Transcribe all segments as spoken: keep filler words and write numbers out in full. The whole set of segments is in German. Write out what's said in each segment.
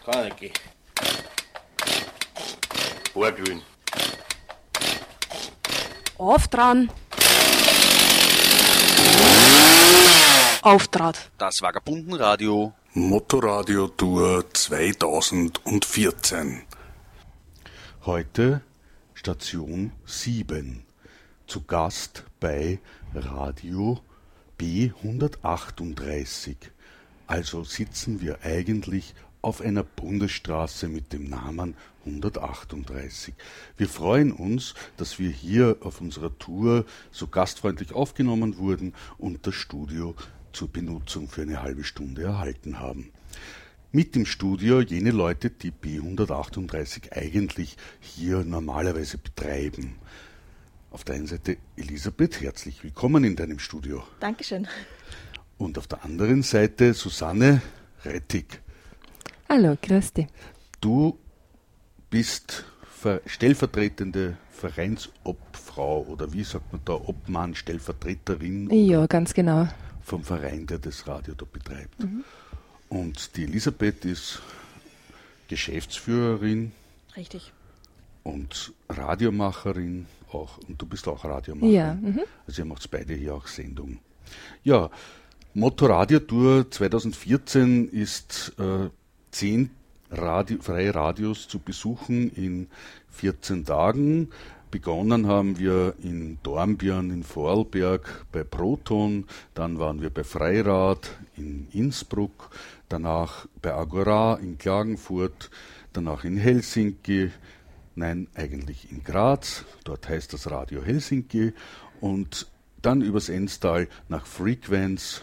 Kann nicht gehen. Vorglühen. Auf dran. Auftrat. Das Vagabundenradio. Motorradio Tour zweitausendvierzehn. Heute Station sieben. Zu Gast bei Radio B hundertachtunddreißig. Also sitzen wir eigentlich auf einer Bundesstraße mit dem Namen hundertachtunddreißig. Wir freuen uns, dass wir hier auf unserer Tour so gastfreundlich aufgenommen wurden und das Studio zur Benutzung für eine halbe Stunde erhalten haben. Mit im Studio jene Leute, die B hundertachtunddreißig eigentlich hier normalerweise betreiben. Auf der einen Seite Elisabeth, herzlich willkommen in deinem Studio. Dankeschön. Und auf der anderen Seite Susanne Rettig. Hallo, grüß dich. Du bist ver- stellvertretende Vereinsobfrau oder wie sagt man da, Obmann, Stellvertreterin? Ja, ganz genau. Vom Verein, der das Radio da betreibt. Mhm. Und die Elisabeth ist Geschäftsführerin. Richtig. Und Radiomacherin auch. Und du bist auch Radiomacherin. Ja. Mhm. Also ihr macht beide hier auch Sendungen. Ja, Motorradio-Tour zweitausendvierzehn ist äh, zehn Radio, freie Radios zu besuchen in vierzehn Tagen. Begonnen haben wir in Dornbirn, in Vorarlberg bei Proton, dann waren wir bei Freirad in Innsbruck, danach bei Agora in Klagenfurt, danach in Helsinki, nein, eigentlich in Graz, dort heißt das Radio Helsinki, und dann übers Enstal nach Frequenz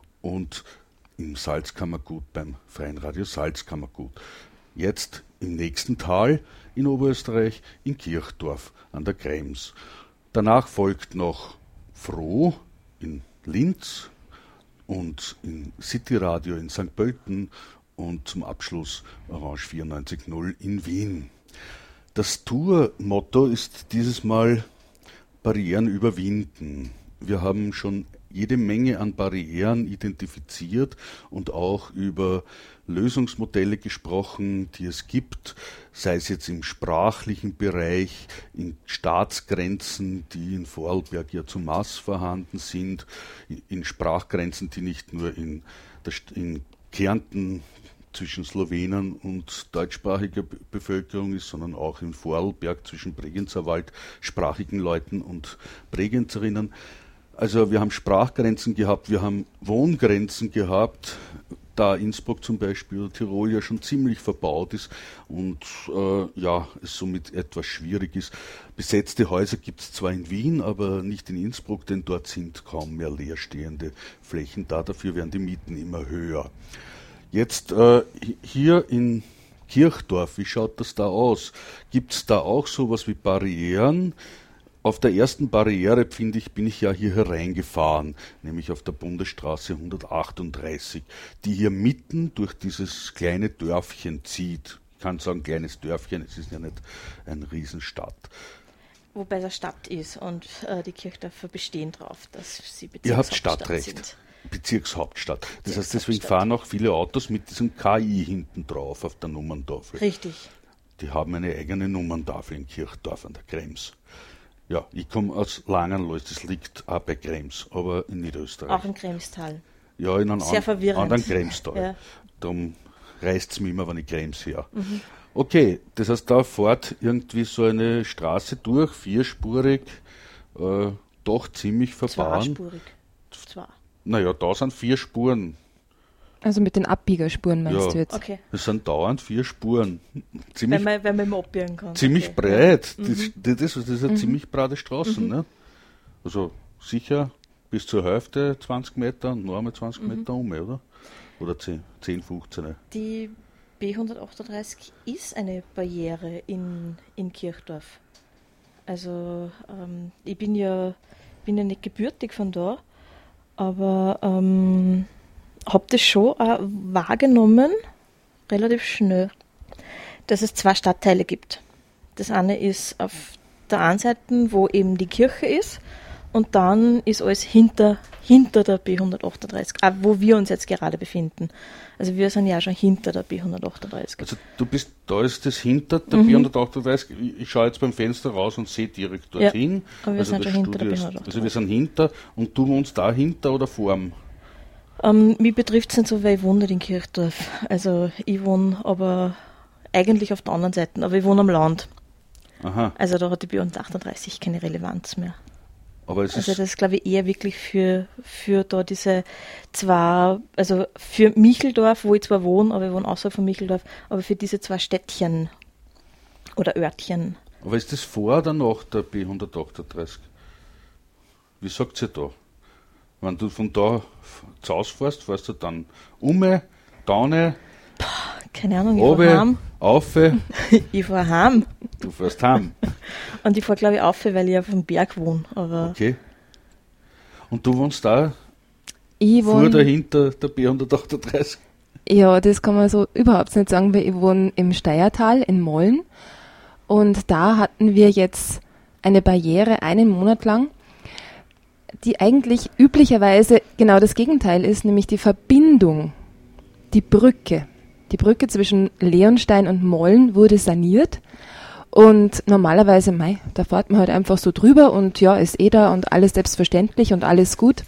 und im Salzkammergut beim Freien Radio Salzkammergut. Jetzt im nächsten Tal in Oberösterreich, in Kirchdorf an der Krems. Danach folgt noch Froh in Linz und in City Radio in Sankt Pölten und zum Abschluss Orange vierundneunzig null in Wien. Das Tourmotto ist dieses Mal Barrieren überwinden. Wir haben schon jede Menge an Barrieren identifiziert und auch über Lösungsmodelle gesprochen, die es gibt, sei es jetzt im sprachlichen Bereich, in Staatsgrenzen, die in Vorarlberg ja zum Maß vorhanden sind, in Sprachgrenzen, die nicht nur in, der, in Kärnten zwischen Slowenen und deutschsprachiger Bevölkerung ist, sondern auch in Vorarlberg zwischen Bregenzerwald sprachigen Leuten und Bregenzerinnen. Also wir haben Sprachgrenzen gehabt, wir haben Wohngrenzen gehabt, da Innsbruck zum Beispiel, Tirol ja schon ziemlich verbaut ist und äh, ja, es somit etwas schwierig ist. Besetzte Häuser gibt es zwar in Wien, aber nicht in Innsbruck, denn dort sind kaum mehr leerstehende Flächen da, dafür werden die Mieten immer höher. Jetzt äh, hier in Kirchdorf, wie schaut das da aus? Gibt es da auch sowas wie Barrieren? Auf der ersten Barriere, finde ich, bin ich ja hier hereingefahren, nämlich auf der Bundesstraße hundertachtunddreißig, die hier mitten durch dieses kleine Dörfchen zieht. Ich kann sagen, kleines Dörfchen, es ist ja nicht eine Riesenstadt. Wobei es Stadt ist und äh, die Kirchdörfer bestehen darauf, dass sie Bezirkshauptstadt Ihr habt Stadtrecht. sind. Bezirkshauptstadt. Das heißt, deswegen fahren auch viele Autos mit diesem K I hinten drauf auf der Nummerntafel. Richtig. Die haben eine eigene Nummerntafel in Kirchdorf an der Krems. Ja, ich komme aus Langenlois, das liegt auch bei Krems, aber in Niederösterreich. Auch im Kremstal. Ja, in einem Sehr an, verwirrend. anderen Kremstal. Ja. Darum reißt es mich immer, wenn ich Krems her. Mhm. Okay, das heißt, da fährt irgendwie so eine Straße durch, vierspurig, äh, doch ziemlich verbaut. Zweispurig. Zwei. Naja, da sind vier Spuren. Also mit den Abbiegerspuren meinst Ja. du jetzt? Okay. Das sind dauernd vier Spuren. Ziemlich, Wenn man, wenn man ihm abbiegen kann. ziemlich okay. breit. Ja. Das, Mhm. das, das ist eine Mhm. ziemlich breite Straße. Mhm. Ne? Also sicher bis zur Hälfte zwanzig Meter, noch einmal zwanzig Mhm. Meter um, oder? Oder zehn, fünfzehn. Die B hundertachtunddreißig ist eine Barriere in, in Kirchdorf. Also ähm, ich bin ja, bin ja nicht gebürtig von da, aber ähm, habe das schon auch wahrgenommen, relativ schnell, dass es zwei Stadtteile gibt. Das eine ist auf der einen Seite, wo eben die Kirche ist, und dann ist alles hinter, hinter der B hundertachtunddreißig, auch wo wir uns jetzt gerade befinden. Also wir sind ja schon hinter der B hundertachtunddreißig. Also du bist, da ist das hinter der mhm. B hundertachtunddreißig. Ich, ich schaue jetzt beim Fenster raus und sehe direkt dorthin. Ja, aber wir also sind schon hinter der B ist, hundertachtunddreißig. Also wir sind hinter und du wohnst da hinter oder vorm? Ähm, mich betrifft es nicht so, weil ich wohne nicht in Kirchdorf. Also ich wohne aber eigentlich auf der anderen Seite, aber ich wohne am Land. Aha. Also da hat die B hundertachtunddreißig keine Relevanz mehr. Aber es also ist das ist, glaube ich, eher wirklich für, für da diese zwei, also für Micheldorf, wo ich zwar wohne, aber ich wohne außerhalb von Micheldorf, aber für diese zwei Städtchen oder Örtchen. Aber ist das vor oder nach der B hundertachtunddreißig? Wie sagt ihr da? Wenn du von da zu Hause fährst, fährst du dann um, Daune, keine Ahnung, ich fahre heim. Aufe. Ich fahre heim. Du fährst heim. Und ich fahre, glaube ich, auf, weil ich auf dem Berg wohne. Aber okay. Und du wohnst da? Ich vor wohne dahinter der B hundertachtunddreißig? Ja, das kann man so überhaupt nicht sagen, weil ich wohne im Steiertal in Molln. Und da hatten wir jetzt eine Barriere einen Monat lang, die eigentlich üblicherweise genau das Gegenteil ist, nämlich die Verbindung, die Brücke. Die Brücke zwischen Leonstein und Molln wurde saniert und normalerweise, mei, da fährt man halt einfach so drüber und ja, ist eh da und alles selbstverständlich und alles gut.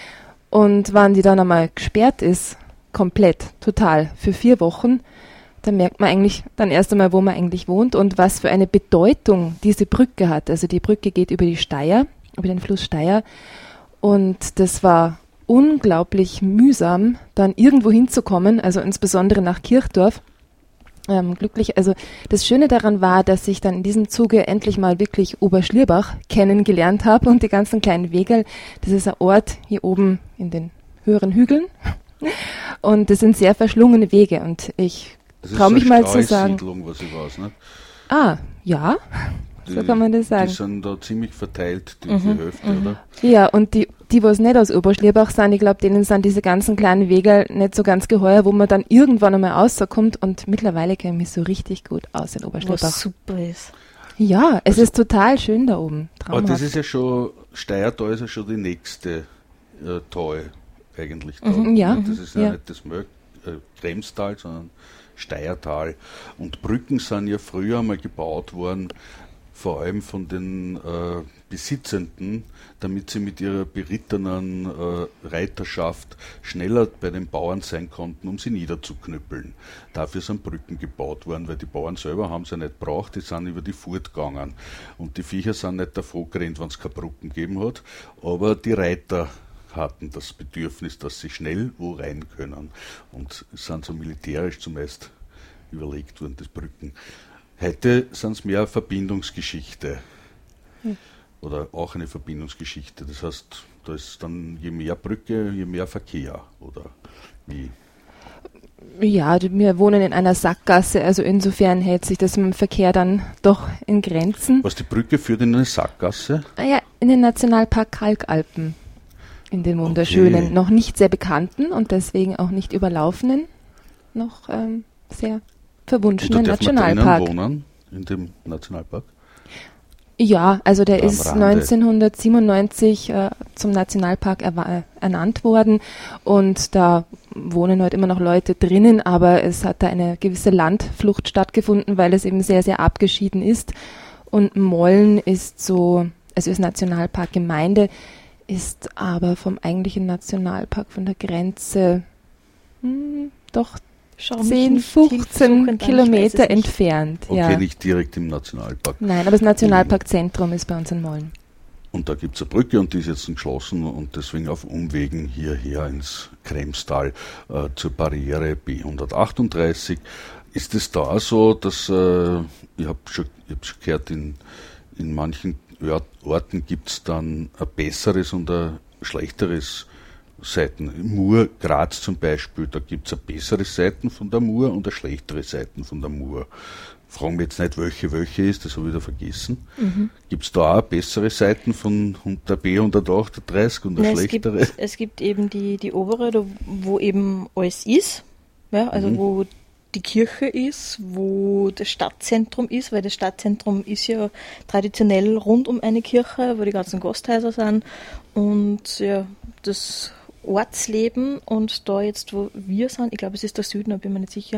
Und wenn die dann einmal gesperrt ist, komplett, total, für vier Wochen, dann merkt man eigentlich dann erst einmal, wo man eigentlich wohnt und was für eine Bedeutung diese Brücke hat. Also die Brücke geht über die Steyr, über den Fluss Steyr und das war unglaublich mühsam, dann irgendwo hinzukommen, also insbesondere nach Kirchdorf. Ähm, glücklich, also das Schöne daran war, dass ich dann in diesem Zuge endlich mal wirklich Oberschlierbach kennengelernt habe und die ganzen kleinen Wegerl. Das ist ein Ort hier oben in den höheren Hügeln und das sind sehr verschlungene Wege und ich traue mich mal zu sagen. Was ich weiß, ne? Ah, ja. Die, so kann man das sagen. Die sind da ziemlich verteilt, die, mhm, die Hälfte, mhm. oder? Ja, und die, die, was nicht aus Oberschlierbach sind, ich glaube, denen sind diese ganzen kleinen Wege nicht so ganz geheuer, wo man dann irgendwann einmal rauskommt und mittlerweile kenne ich mich so richtig gut aus in Oberschlierbach. Was super ist. Ja, es also, ist total schön da oben. Traumhaft. Aber das ist ja schon, Steiertal ist ja schon die nächste äh, Tal eigentlich da. Mhm, ja. Das ist ja, ja. nicht das Mö- äh, Kremstal, sondern Steiertal. Und Brücken sind ja früher einmal gebaut worden, vor allem von den äh, Besitzenden, damit sie mit ihrer berittenen äh, Reiterschaft schneller bei den Bauern sein konnten, um sie niederzuknüppeln. Dafür sind Brücken gebaut worden, weil die Bauern selber haben sie nicht gebraucht, die sind über die Furt gegangen. Und die Viecher sind nicht davor gerannt, wenn es keine Brücken gegeben hat, aber die Reiter hatten das Bedürfnis, dass sie schnell wo rein können. Und es sind so militärisch zumeist überlegt worden, das Brücken. Heute sind es mehr Verbindungsgeschichte hm. oder auch eine Verbindungsgeschichte. Das heißt, da ist dann je mehr Brücke, je mehr Verkehr, oder wie? Ja, wir wohnen in einer Sackgasse, also insofern hält sich das mit dem Verkehr dann doch in Grenzen. Was die Brücke führt in eine Sackgasse? Ah ja, in den Nationalpark Kalkalpen, in den wunderschönen, okay. noch nicht sehr bekannten und deswegen auch nicht überlaufenen, noch ähm, sehr verwunschenen Nationalpark. Und da darf man drinnen wohnen, in dem Nationalpark? Ja, also der Am ist Rande. neunzehnhundertsiebenundneunzig äh, zum Nationalpark erwa- ernannt worden und da wohnen heute immer noch Leute drinnen, aber es hat da eine gewisse Landflucht stattgefunden, weil es eben sehr, sehr abgeschieden ist und Molln ist so, also ist Nationalparkgemeinde, ist aber vom eigentlichen Nationalpark von der Grenze hm, doch zehn, fünfzehn Kilometer entfernt. Okay, ja. nicht direkt im Nationalpark. Nein, aber das Nationalparkzentrum ist bei uns in Molln. Und da gibt es eine Brücke und die ist jetzt geschlossen und deswegen auf Umwegen hierher ins Kremstal äh, zur Barriere B hundertachtunddreißig. Ist es da so, dass, äh, ich habe schon, ich hab schon gehört, in, in manchen Orten gibt es dann ein besseres und ein schlechteres Seiten. Mur, Graz zum Beispiel, da gibt es eine bessere Seiten von der Mur und eine schlechtere Seiten von der Mur. Fragen wir jetzt nicht, welche welche ist, das habe ich da vergessen. Mhm. Gibt es da auch bessere Seiten von der B hundertachtunddreißig und eine ja, schlechtere? Es gibt, es gibt eben die, die obere, da, wo eben alles ist, ja, also mhm. wo die Kirche ist, wo das Stadtzentrum ist, weil das Stadtzentrum ist ja traditionell rund um eine Kirche, wo die ganzen Gasthäuser sind und ja, das Ortsleben und da jetzt, wo wir sind, ich glaube, es ist der Süden, da bin ich mir nicht sicher,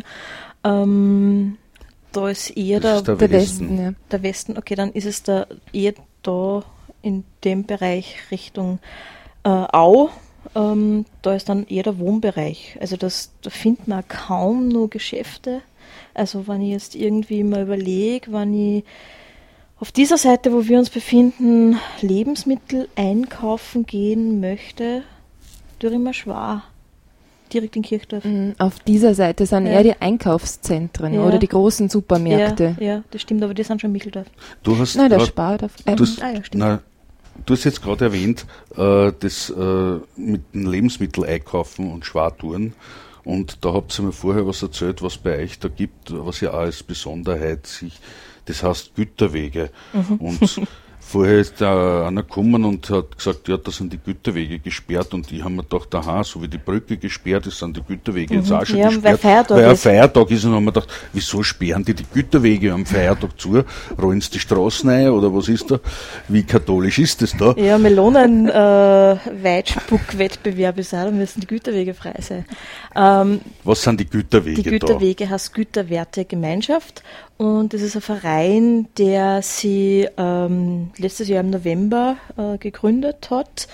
ähm, da ist eher das der, ist der, der Westen. Westen, ja. der Westen, okay, dann ist es da eher da in dem Bereich Richtung äh, Au. Ähm, da ist dann eher der Wohnbereich. Also das, da findet man kaum nur Geschäfte. Also wenn ich jetzt irgendwie mal überlege, wenn ich auf dieser Seite, wo wir uns befinden, Lebensmittel einkaufen gehen möchte, tue ich mir schwer. Direkt in Kirchdorf. Mhm, auf dieser Seite sind Ja. eher die Einkaufszentren Ja. oder die großen Supermärkte. Ja, ja, das stimmt, aber die sind schon in Micheldorf. Du hast Nein, der grad- Spar darf. Äh, Du hast, Ah ja, stimmt. na, du hast jetzt gerade erwähnt, äh, das äh, mit den Lebensmitteln einkaufen und Schwartouren. Und da habt ihr mir vorher was erzählt, was bei euch da gibt, was ja auch als Besonderheit sich, das heißt Güterwege. Mhm. Und vorher ist da einer gekommen und hat gesagt, ja, da sind die Güterwege gesperrt und ich habe mir gedacht, aha, so wie die Brücke gesperrt ist, sind die Güterwege jetzt auch schon Ja, weil gesperrt. Feiertag weil ein ist. Feiertag ist und dann haben wir gedacht, wieso sperren die die Güterwege am Feiertag zu? Rollen sie die Straßen ein oder was ist da? Wie katholisch ist das da? Ja, Melonen äh, Weitspuck-Wettbewerb ist auch, da müssen die Güterwege frei sein. Ähm, Was sind die Güterwege die Güterwege heißt Güterwerte Gemeinschaft und das ist ein Verein, der sie ähm, letztes Jahr im November äh, gegründet hat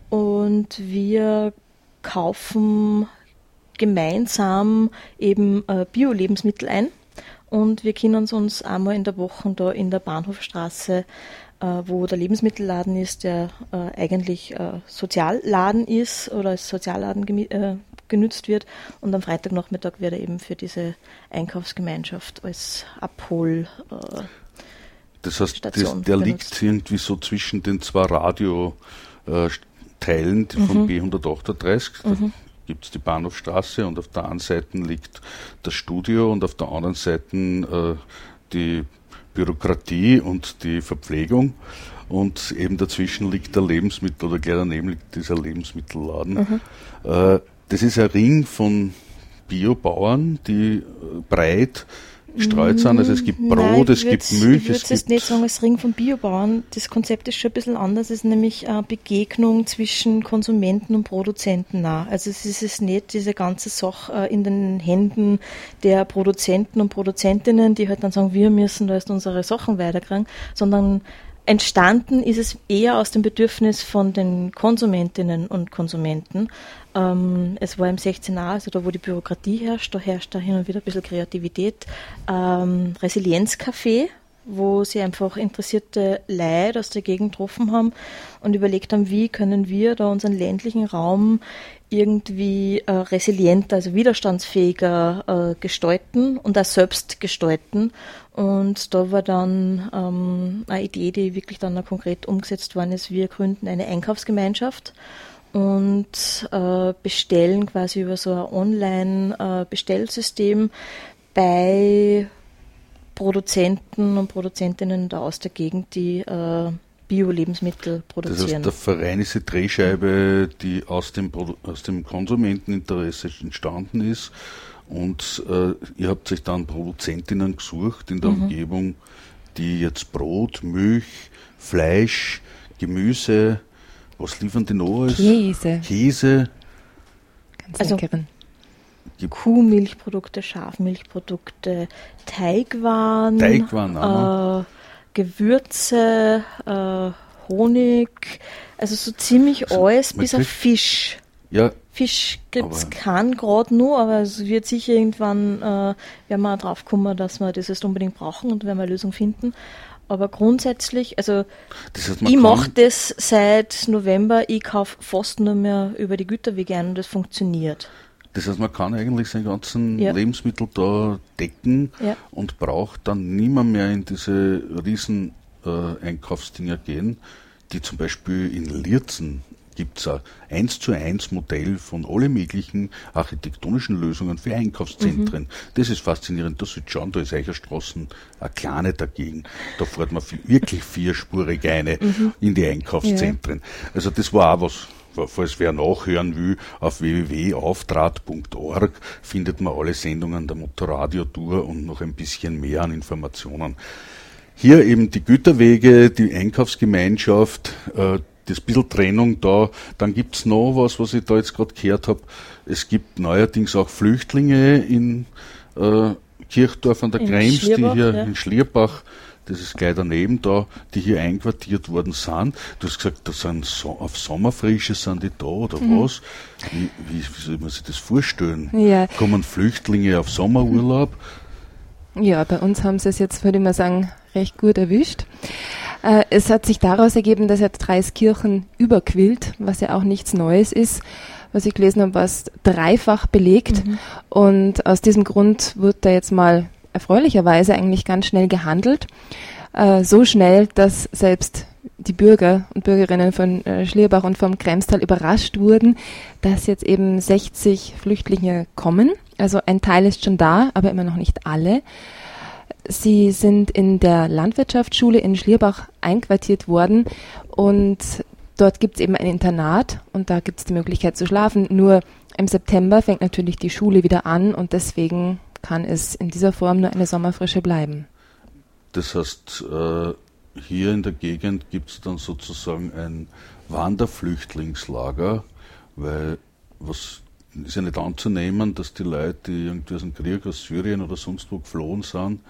und wir kaufen gemeinsam eben äh, Bio-Lebensmittel ein und wir können uns einmal in der Woche da in der Bahnhofstraße, äh, wo der Lebensmittelladen ist, der äh, eigentlich äh, Sozialladen ist oder als Sozialladen gemi- äh, genützt wird und am Freitagnachmittag wird er eben für diese Einkaufsgemeinschaft als Abhol äh, Das heißt, das, Station der benutzt. liegt irgendwie so zwischen den zwei Radioteilen von B hundertachtunddreißig. Da gibt es die Bahnhofstraße und auf der einen Seite liegt das Studio und auf der anderen Seite äh, die Bürokratie und die Verpflegung. Und eben dazwischen liegt der Lebensmittel, oder gleich daneben liegt dieser Lebensmittelladen. Mhm. Äh, das ist ein Ring von Biobauern, die äh, breit gestreut sind. Also es gibt Brot, Nein, ich es gibt würd's- Milch, Ich es würde es jetzt gibt... nicht sagen als Ring von Biobauern. Das Konzept ist schon ein bisschen anders. Es ist nämlich eine Begegnung zwischen Konsumenten und Produzenten nah. Also es ist es nicht diese ganze Sache äh, in den Händen der Produzenten und Produzentinnen, die halt dann sagen, wir müssen da jetzt unsere Sachen weiterkriegen, sondern entstanden ist es eher aus dem Bedürfnis von den Konsumentinnen und Konsumenten. Ähm, es war im sechzehn a, also da wo die Bürokratie herrscht, da herrscht da hin und wieder ein bisschen Kreativität. Ähm, Resilienzcafé, wo sie einfach interessierte Leute aus der Gegend getroffen haben und überlegt haben, wie können wir da unseren ländlichen Raum irgendwie äh, resilienter, also widerstandsfähiger äh, gestalten und auch selbst gestalten. Und da war dann ähm, eine Idee, die wirklich dann auch konkret umgesetzt worden ist. Wir gründen eine Einkaufsgemeinschaft und äh, bestellen quasi über so ein Online-Bestellsystem bei Produzenten und Produzentinnen da aus der Gegend, die äh, Bio-Lebensmittel Das produzieren. heißt, der Verein ist die Drehscheibe, die aus dem, Produ- aus dem Konsumenteninteresse entstanden ist. Und äh, ihr habt euch dann Produzentinnen gesucht in der Mhm. Umgebung, die jetzt Brot, Milch, Fleisch, Gemüse, was liefern die noch alles? Käse, Käse. ganz Also- leckeren. Kuhmilchprodukte, Schafmilchprodukte, Teigwaren, Teigwaren auch äh, Gewürze, äh, Honig, also so ziemlich Also, alles, man bis auf kriegt- Fisch. Ja, Fisch gibt es Aber- keinen gerade nur, aber es wird sicher irgendwann, äh, werden wir auch drauf kommen, dass wir das jetzt unbedingt brauchen und werden wir eine Lösung finden. Aber grundsätzlich, also das heißt, man ich kann, mache das seit November, ich kaufe fast nur mehr über die Güterwege ein und das funktioniert. das heißt, man kann eigentlich seinen ganzen Ja. Lebensmittel da decken Ja. und braucht dann niemand mehr in diese riesen äh, Einkaufsdinger gehen, die zum Beispiel in Lierzen gibt es ein eins zu eins Modell von alle möglichen architektonischen Lösungen für Einkaufszentren. Mhm. Das ist faszinierend. Da sieht schauen, da ist Eicherstraßen eine kleine dagegen. Da fährt man vi- wirklich vierspurig eine Mhm. in die Einkaufszentren. Also das war auch was, falls wer nachhören will, auf w w w punkt auftrat punkt org findet man alle Sendungen der Motorradio-Tour und noch ein bisschen mehr an Informationen. Hier eben die Güterwege, die Einkaufsgemeinschaft, äh, das bisschen Trennung da. Dann gibt's noch was, was ich da jetzt gerade gehört habe. Es gibt neuerdings auch Flüchtlinge in äh, Kirchdorf an der Krems, die hier ja. in Schlierbach, das ist gleich daneben da, die hier einquartiert worden sind. Du hast gesagt, da sind so, auf Sommerfrische sind die da oder mhm. was? Wie, wie, wie soll man sich das vorstellen? Ja. Kommen Flüchtlinge auf Sommerurlaub? Ja, bei uns haben sie es jetzt, würde ich mal sagen, recht gut erwischt. Äh, es hat sich daraus ergeben, dass jetzt Dreiskirchen überquillt, was ja auch nichts Neues ist. Was ich gelesen habe, war es dreifach belegt. Mhm. Und aus diesem Grund wird da jetzt mal erfreulicherweise eigentlich ganz schnell gehandelt. Äh, so schnell, dass selbst die Bürger und Bürgerinnen von äh, Schlierbach und vom Kremstal überrascht wurden, dass jetzt eben sechzig Flüchtlinge kommen. Also ein Teil ist schon da, aber immer noch nicht alle. Sie sind in der Landwirtschaftsschule in Schlierbach einquartiert worden und dort gibt es eben ein Internat und da gibt es die Möglichkeit zu schlafen. Nur im September fängt natürlich die Schule wieder an und deswegen kann es in dieser Form nur eine Sommerfrische bleiben. Das heißt, äh, hier in der Gegend gibt es dann sozusagen ein Wanderflüchtlingslager, weil was ist ja nicht anzunehmen, dass die Leute, die irgendwie aus dem Krieg aus Syrien oder sonst wo geflohen sind,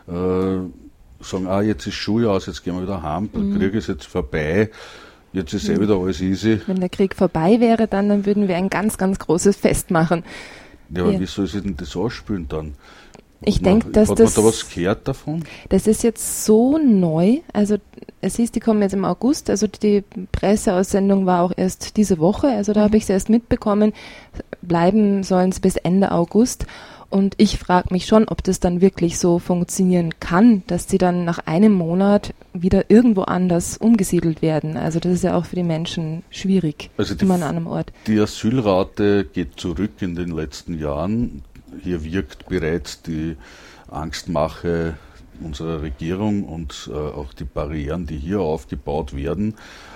äh, sagen, ah, jetzt ist Schule aus, jetzt gehen wir wieder heim, der mhm. Krieg ist jetzt vorbei, jetzt ist mhm. eh wieder alles easy. Wenn der Krieg vorbei wäre, dann, dann würden wir ein ganz, ganz großes Fest machen. Ja, aber ja. wie soll sich denn das ausspülen dann? Ich denke, dass hat das... Hat man da was gehört davon? Das ist jetzt so neu, also es hieß, die kommen jetzt im August, also die Presseaussendung war auch erst diese Woche, also da mhm. habe ich es erst mitbekommen, bleiben sollen sie bis Ende August und ich frage mich schon, ob das dann wirklich so funktionieren kann, dass sie dann nach einem Monat wieder irgendwo anders umgesiedelt werden. Also das ist ja auch für die Menschen schwierig, also die, immer an einem Ort. Die Asylrate geht zurück in den letzten Jahren. Hier wirkt bereits die Angstmache unserer Regierung und äh, auch die Barrieren, die hier aufgebaut werden.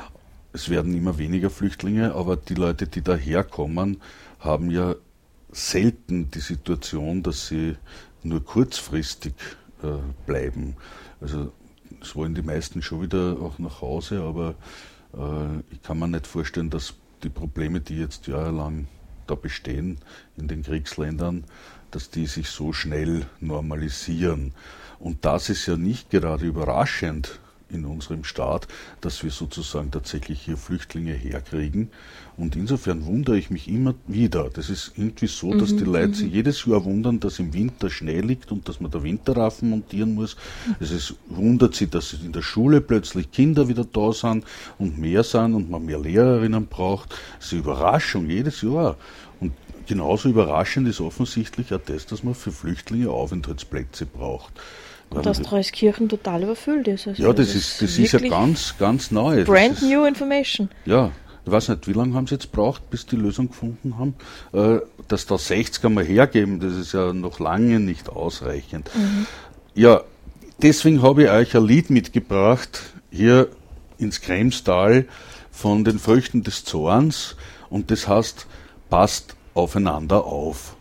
Es werden immer weniger Flüchtlinge, aber die Leute, die daherkommen, haben ja selten die Situation, dass sie nur kurzfristig äh, bleiben. Also es wollen die meisten schon wieder auch nach Hause, aber äh, ich kann mir nicht vorstellen, dass die Probleme, die jetzt jahrelang da bestehen in den Kriegsländern, dass die sich so schnell normalisieren. Und das ist ja nicht gerade überraschend in unserem Staat, dass wir sozusagen tatsächlich hier Flüchtlinge herkriegen. Und insofern wundere ich mich immer wieder. Das ist irgendwie so, dass mhm, die Leute sich jedes Jahr wundern, dass im Winter Schnee liegt und dass man da Winterreifen montieren muss. Es ist, wundert sie, dass in der Schule plötzlich Kinder wieder da sind und mehr sind und man mehr Lehrerinnen braucht. Das ist eine Überraschung jedes Jahr. Und genauso überraschend ist offensichtlich auch das, dass man für Flüchtlinge Aufenthaltsplätze braucht. Und dass Dreiskirchen total überfüllt ist. Also ja, das, das ist, das ist ja ganz, ganz neu. Brand ist, new information. Ja, ich weiß nicht, wie lange haben sie jetzt gebraucht, bis die Lösung gefunden haben. Äh, dass da sechzig einmal hergeben, das ist ja noch lange nicht ausreichend. Mhm. Ja, deswegen habe ich euch ein Lied mitgebracht, hier ins Kremstal von den Früchten des Zorns. Und das heißt, passt aufeinander auf.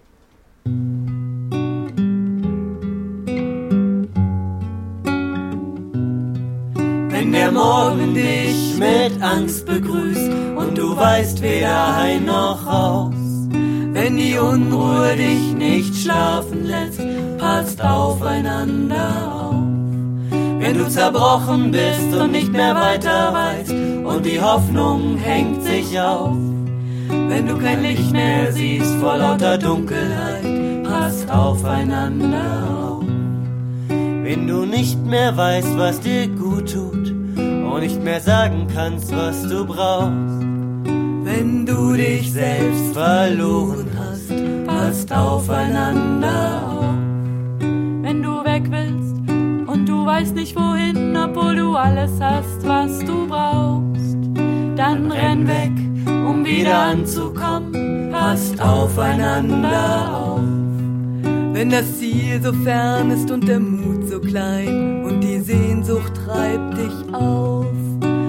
Wenn der Morgen dich mit Angst begrüßt und du weißt weder ein noch raus, wenn die Unruhe dich nicht schlafen lässt, passt aufeinander auf. Wenn du zerbrochen bist und nicht mehr weiter weißt und die Hoffnung hängt sich auf, wenn du kein Licht mehr siehst vor lauter Dunkelheit, passt aufeinander auf. Wenn du nicht mehr weißt, was dir gut tut und nicht mehr sagen kannst, was du brauchst, wenn du dich selbst verloren hast, passt aufeinander auf. Wenn du weg willst und du weißt nicht wohin, obwohl du alles hast, was du brauchst, dann renn weg, um wieder anzukommen, passt aufeinander auf. Wenn das Ziel so fern ist und der Mut so klein und die Sehnsucht treibt dich auf,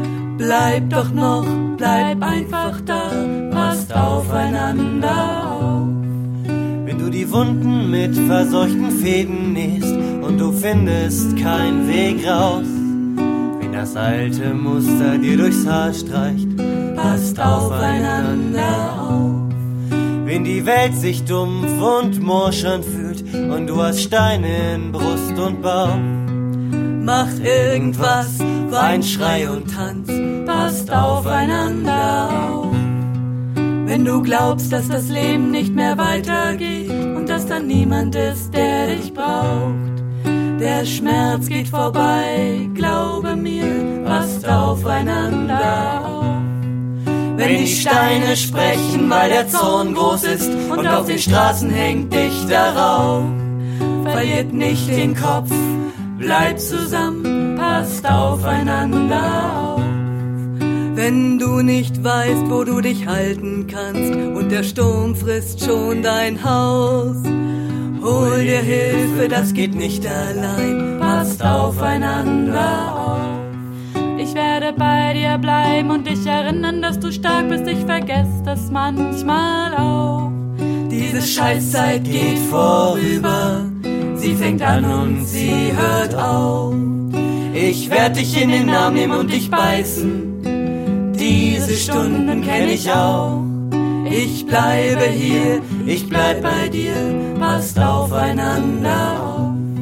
bleib doch noch, bleib einfach da, passt aufeinander auf. Wenn du die Wunden mit verseuchten Fäden nähst und du findest keinen Weg raus, wenn das alte Muster dir durchs Haar streicht, passt aufeinander auf. Wenn die Welt sich dumpf und morschern fühlt und du hast Steine in Brust und Bauch, mach irgendwas, wein, schrei und tanz, passt aufeinander auf. Wenn du glaubst, dass das Leben nicht mehr weitergeht und dass da niemand ist, der dich braucht, der Schmerz geht vorbei, glaube mir, passt aufeinander auf. Wenn die Steine sprechen, weil der Zorn groß ist und auf den Straßen hängt dich darauf, verliert nicht den Kopf, bleib zusammen, passt aufeinander auf. Wenn du nicht weißt, wo du dich halten kannst und der Sturm frisst schon dein Haus, hol dir Hilfe, das geht nicht allein, passt aufeinander auf. Ich werde bei dir bleiben und dich erinnern, dass du stark bist, ich vergesse das manchmal auch. Diese Scheißzeit geht vorüber, sie fängt an und sie hört auf. Ich werd dich in den Arm nehmen und dich beißen, diese Stunden kenn ich auch. Ich bleibe hier, ich bleib bei dir, passt aufeinander auf.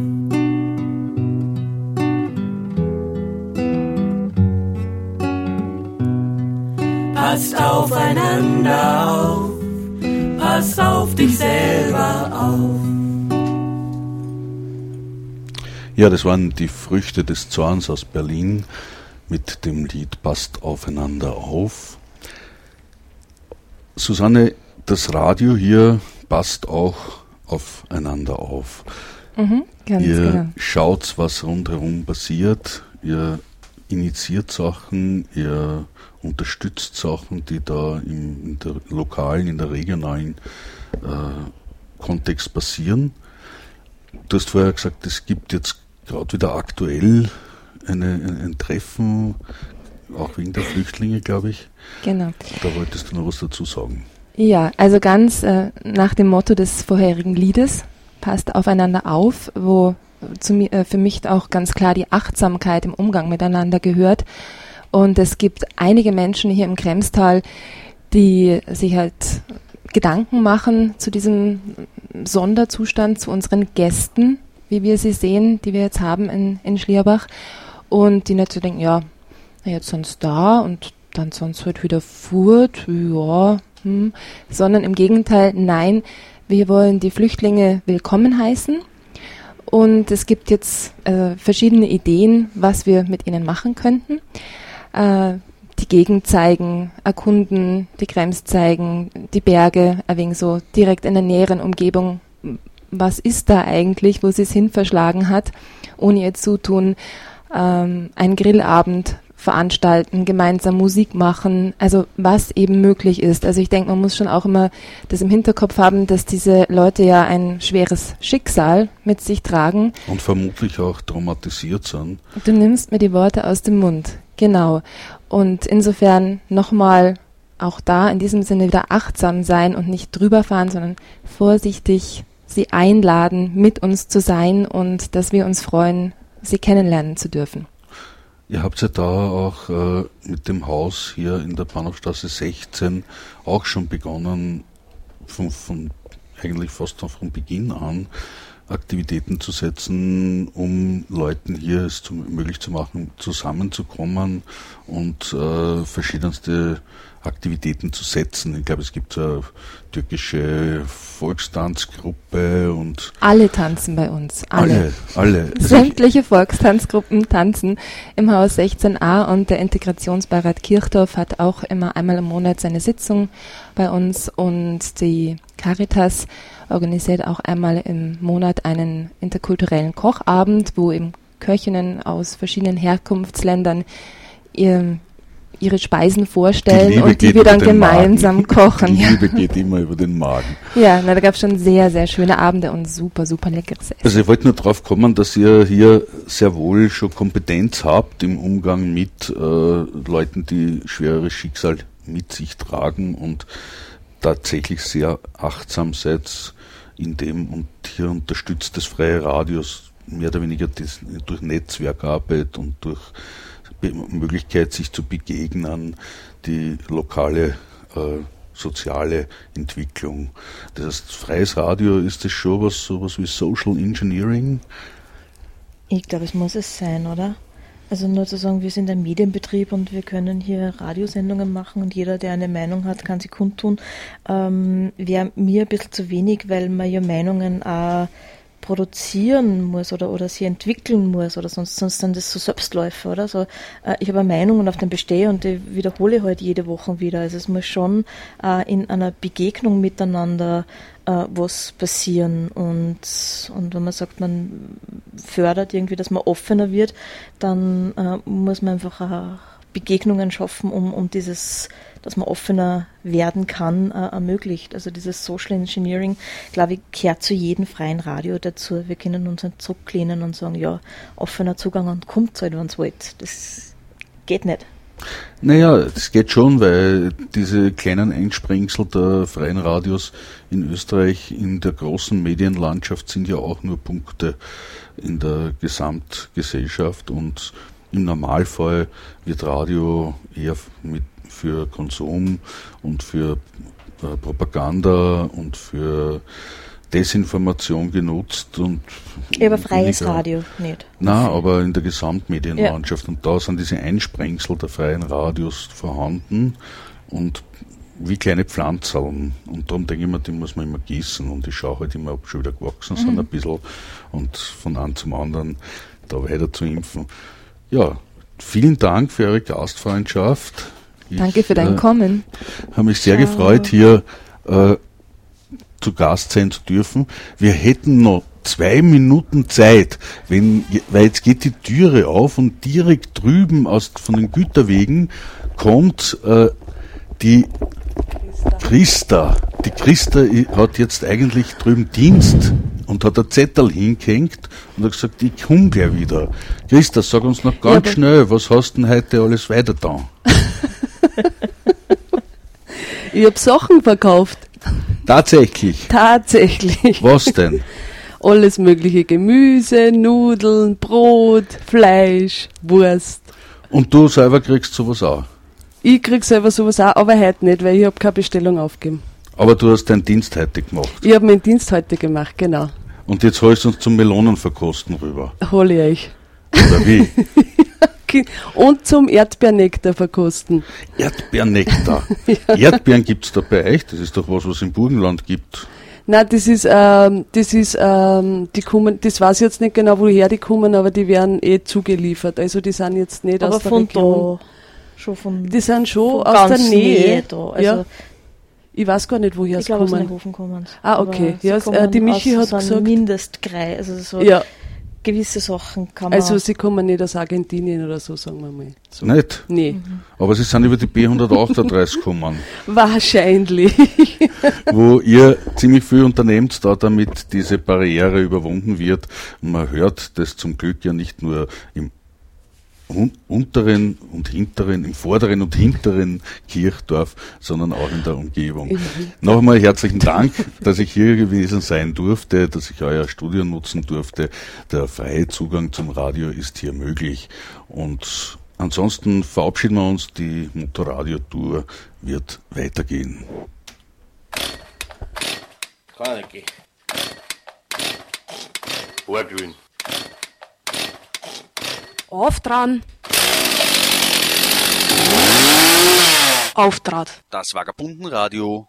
Passt aufeinander auf, pass auf dich selber auf. Ja, das waren die Früchte des Zorns aus Berlin mit dem Lied Passt aufeinander auf. Susanne, das Radio hier passt auch aufeinander auf. Mhm, ganz ihr genau. schaut, was rundherum passiert, ihr initiiert Sachen, ihr unterstützt Sachen, die da im in der lokalen, in der regionalen äh, Kontext passieren. Du hast vorher gesagt, es gibt jetzt gerade wieder aktuell eine, ein, ein Treffen, auch wegen der Flüchtlinge, glaube ich. Genau. Da wolltest du noch was dazu sagen. Ja, also ganz äh, nach dem Motto des vorherigen Liedes, passt aufeinander auf, wo zu mir, äh, für mich auch ganz klar die Achtsamkeit im Umgang miteinander gehört. Und es gibt einige Menschen hier im Kremstal, die sich halt Gedanken machen zu diesem Sonderzustand, zu unseren Gästen, wie wir sie sehen, die wir jetzt haben in, in Schlierbach. Und die natürlich denken, ja, jetzt sonst da und dann sonst halt wieder fort, ja, hm. Sondern im Gegenteil, nein, wir wollen die Flüchtlinge willkommen heißen. Und es gibt jetzt äh, verschiedene Ideen, was wir mit ihnen machen könnten. Äh, die Gegend zeigen, erkunden, die Krems zeigen, die Berge, ein wenig so direkt in der näheren Umgebung. Was ist da eigentlich, wo sie es hin verschlagen hat, ohne ihr Zutun, ähm, einen Grillabend veranstalten, gemeinsam Musik machen, also was eben möglich ist. Also ich denke, man muss schon auch immer das im Hinterkopf haben, dass diese Leute ja ein schweres Schicksal mit sich tragen. Und vermutlich auch traumatisiert sind. Du nimmst mir die Worte aus dem Mund, genau. Und insofern nochmal auch da in diesem Sinne wieder achtsam sein und nicht drüber fahren, sondern vorsichtig sie einladen, mit uns zu sein und dass wir uns freuen, sie kennenlernen zu dürfen. Ihr habt ja da auch äh, mit dem Haus hier in der Bahnhofstraße sechzehn auch schon begonnen, von, von eigentlich fast von Beginn an Aktivitäten zu setzen, um Leuten hier es zu, möglich zu machen, zusammenzukommen und äh, verschiedenste Aktivitäten zu setzen. Ich glaube, es gibt eine türkische Volkstanzgruppe und... Alle tanzen bei uns. Alle. Alle. alle. Sämtliche Volkstanzgruppen tanzen im Haus sechzehn a und der Integrationsbeirat Kirchdorf hat auch immer einmal im Monat seine Sitzung bei uns und die Caritas organisiert auch einmal im Monat einen interkulturellen Kochabend, wo eben Köchinnen aus verschiedenen Herkunftsländern ihr ihre Speisen vorstellen Die Liebe und die geht wir über dann den gemeinsam Magen. kochen. Die Ja, Liebe geht immer über den Magen. ja na, da gab es schon sehr, sehr schöne Abende und super, super leckeres Essen. Also ich wollte nur drauf kommen, dass ihr hier sehr wohl schon Kompetenz habt im Umgang mit äh, Leuten, die schwereres Schicksal mit sich tragen und tatsächlich sehr achtsam seid in dem, und hier unterstützt das Freie Radios mehr oder weniger das, durch Netzwerkarbeit und durch Be- Möglichkeit, sich zu begegnen, die lokale äh, soziale Entwicklung. Das heißt, freies Radio, ist das schon was, sowas wie Social Engineering? Ich glaube, es muss es sein, oder? Also nur zu sagen, wir sind ein Medienbetrieb und wir können hier Radiosendungen machen und jeder, der eine Meinung hat, kann sie kundtun, ähm, wäre mir ein bisschen zu wenig, weil man ja Meinungen auch produzieren muss oder, oder sie entwickeln muss oder sonst, sonst sind das so Selbstläufer, oder? So, äh, ich habe eine Meinung und auf den bestehe und die wiederhole halt jede Woche wieder. Also es muss schon äh, in einer Begegnung miteinander äh, was passieren und, und wenn man sagt, man fördert irgendwie, dass man offener wird, dann äh, muss man einfach auch Begegnungen schaffen, um, um dieses, dass man offener werden kann, äh, ermöglicht. Also dieses Social Engineering, glaube ich, gehört zu jedem freien Radio dazu. Wir können uns nicht zurücklehnen und sagen, ja, offener Zugang und kommt halt, wenn es wollt. Das geht nicht. Naja, das geht schon, weil diese kleinen Einsprengsel der freien Radios in Österreich in der großen Medienlandschaft sind ja auch nur Punkte in der Gesamtgesellschaft, und im Normalfall wird Radio eher mit, für Konsum und für äh, Propaganda und für Desinformation genutzt. Und Ja, aber freies weniger, Radio nicht. Na, aber in der Gesamtmedienlandschaft. Ja. Und da sind diese Einsprengsel der freien Radios vorhanden und wie kleine Pflanzeln. Und darum denke ich mir, die muss man immer gießen. Und ich schaue halt immer, ob schon wieder gewachsen sind, mhm. ein bisschen. Und von einem zum anderen da weiter zu impfen. Ja, vielen Dank für eure Gastfreundschaft. Ich, Danke für dein äh, Kommen. Habe mich sehr Ciao. gefreut, hier äh, zu Gast sein zu dürfen. Wir hätten noch zwei Minuten Zeit, wenn, weil jetzt geht die Türe auf und direkt drüben aus, von den Güterwegen kommt äh, die Christa. Die Christa hat jetzt eigentlich drüben Dienst und hat ein Zettel hingehängt und hat gesagt, ich komme gleich wieder. Christa, sag uns noch ganz ja, schnell, was hast du denn heute alles weiter da? Ich habe Sachen verkauft. Tatsächlich? Tatsächlich. Was denn? Alles mögliche Gemüse, Nudeln, Brot, Fleisch, Wurst. Und du selber kriegst sowas auch? Ich krieg selber sowas auch, aber heute nicht, weil ich habe keine Bestellung aufgegeben. Aber du hast deinen Dienst heute gemacht? Ich habe meinen Dienst heute gemacht, genau. Und jetzt holst du uns zum Melonenverkosten rüber? Hol ich euch. Oder wie? Und zum Erdbeernektar verkosten. Erdbeernektar? Ja. Erdbeeren gibt es da bei euch? Das ist doch was, was im Burgenland gibt. Nein, das ist, ähm, das ist, ähm, die kommen, das weiß ich jetzt nicht genau, woher die kommen, aber die werden eh zugeliefert. Also die sind jetzt nicht aber aus der von Region. Da, schon von, die sind schon von aus der Nähe. Nähe da. Also ja. Ich weiß gar nicht, woher ich sie kommen. kommen. Aus Neuhofen kommen. Ah, okay. Ja, äh, die Michi hat so gesagt. Mindestgrei, also so ja. gewisse Sachen kann man. Also sie kommen nicht aus Argentinien oder so, sagen wir mal. So. Nicht? Nee. Mhm. Aber sie sind über die B hundertachtunddreißig gekommen. Wahrscheinlich. Wo ihr ziemlich viel unternehmt, da damit diese Barriere überwunden wird. Und man hört das zum Glück ja nicht nur im unteren und hinteren, im vorderen und hinteren Kirchdorf, sondern auch in der Umgebung. Mhm. Noch einmal herzlichen Dank, dass ich hier gewesen sein durfte, dass ich euer Studio nutzen durfte. Der freie Zugang zum Radio ist hier möglich. Und ansonsten verabschieden wir uns. Die Motorradio-Tour wird weitergehen. Carnegie. Ohrgrün. Auf dran. Auftrat. Das Vagabundenradio